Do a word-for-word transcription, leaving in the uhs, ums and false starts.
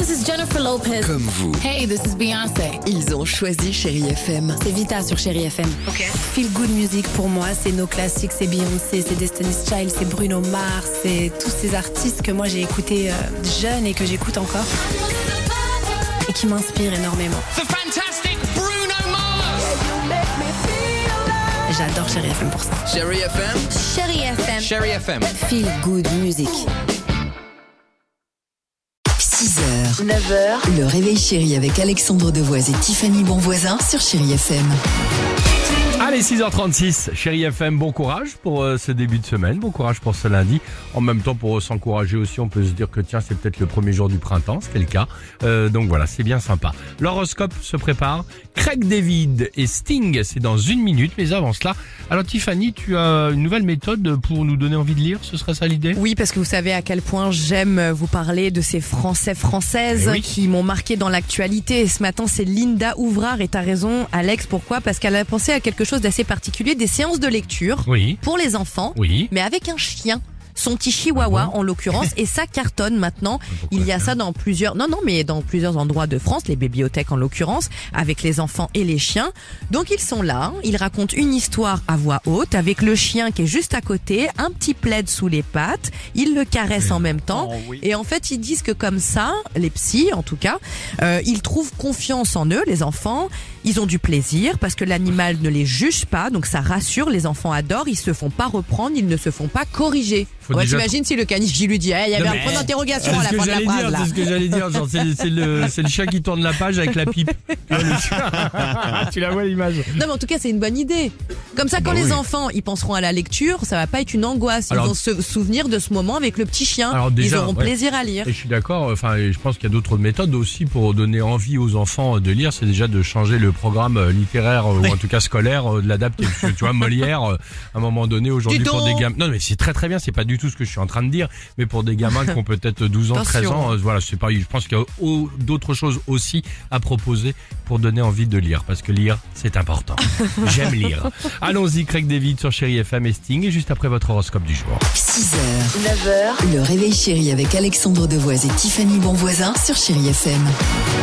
this is Jennifer Lopez. Comme vous. Hey, this is Beyoncé. Ils ont choisi Chérie F M. C'est Vita sur Chérie F M. Ok. Feel good music pour moi, c'est nos classiques, c'est Beyoncé, c'est Destiny's Child, c'est Bruno Mars, c'est tous ces artistes que moi j'ai écoutés euh, jeune et que j'écoute encore et qui m'inspirent énormément. The fantastic Bruno Mars. J'adore Chérie F M pour ça. Chérie F M. Chérie F M. Chérie F M. Feel good music. six heures, neuf heures, le réveil chéri avec Alexandre Devoise et Tiffany Bonvoisin sur Chérie F M. Allez, six heures trente-six, Chérie F M, bon courage pour euh, ce début de semaine, bon courage pour ce lundi. En même temps, pour s'encourager aussi, on peut se dire que tiens, c'est peut-être le premier jour du printemps, ce qui est le cas. Euh, donc voilà, c'est bien sympa. L'horoscope se prépare. Craig David et Sting, c'est dans une minute, mais avant cela. Alors Tiffany, tu as une nouvelle méthode pour nous donner envie de lire, ce serait ça l'idée ? Oui, parce que vous savez à quel point j'aime vous parler de ces Français françaises Eh oui. qui m'ont marqué dans l'actualité. Et ce matin, c'est Linda Ouvrard. Et t'as raison, Alex, pourquoi ? Parce qu'elle a pensé à quelque chose d'assez particulier, des séances de lecture Oui. pour les enfants, Oui. mais avec un chien. Son petit chihuahua, Ah bon en l'occurrence, et ça cartonne maintenant. Pourquoi Il y a faire ça dans plusieurs, non, non, mais dans plusieurs endroits de France, les bibliothèques en l'occurrence, avec les enfants et les chiens. Donc ils sont là, ils racontent une histoire à voix haute, avec le chien qui est juste à côté, un petit plaid sous les pattes, ils le caressent en même temps. Oh, oui. Et en fait, ils disent que comme ça, les psys en tout cas, euh, ils trouvent confiance en eux, les enfants. Ils ont du plaisir parce que l'animal ne les juge pas, donc ça rassure. Les enfants adorent, ils se font pas reprendre, ils ne se font pas corriger. Faut Ouais, déjà- T'imagines si le caniche qui lui dit, hey, il y avait Non, un mais- point d'interrogation C'est à ce la que fin de la j'allais phrase dire, là. c'est ce que j'allais dire. Genre, c'est, c'est le, c'est le chien qui tourne la page avec la pipe. Tu vois, le chien. Tu la vois l'image. Non mais en tout cas c'est une bonne idée. Comme ça quand Bah les oui. enfants ils penseront à la lecture, ça va pas être une angoisse. Ils Alors- vont se souvenir de ce moment avec le petit chien. Alors déjà, Ils auront ouais. plaisir à lire. Et je suis d'accord, enfin, et je pense qu'il y a d'autres méthodes aussi pour donner envie aux enfants de lire. C'est déjà de changer le programme euh, littéraire, euh, ou en tout cas scolaire, euh, de l'adapter. Parce que, tu vois, Molière, euh, à un moment donné, aujourd'hui, Dis pour donc. des gamins. Non, mais c'est très très bien, c'est pas du tout ce que je suis en train de dire. Mais pour des gamins qui ont peut-être douze ans, Attention. treize ans, euh, voilà, c'est pas, je pense qu'il y a au- d'autres choses aussi à proposer pour donner envie de lire. Parce que lire, c'est important. J'aime lire. Allons-y, Craig David sur Chérie F M et Sting, et juste après votre horoscope du jour. six heures, neuf heures, le réveil chéri avec Alexandre Devoise et Tiffany Bonvoisin sur Chérie F M.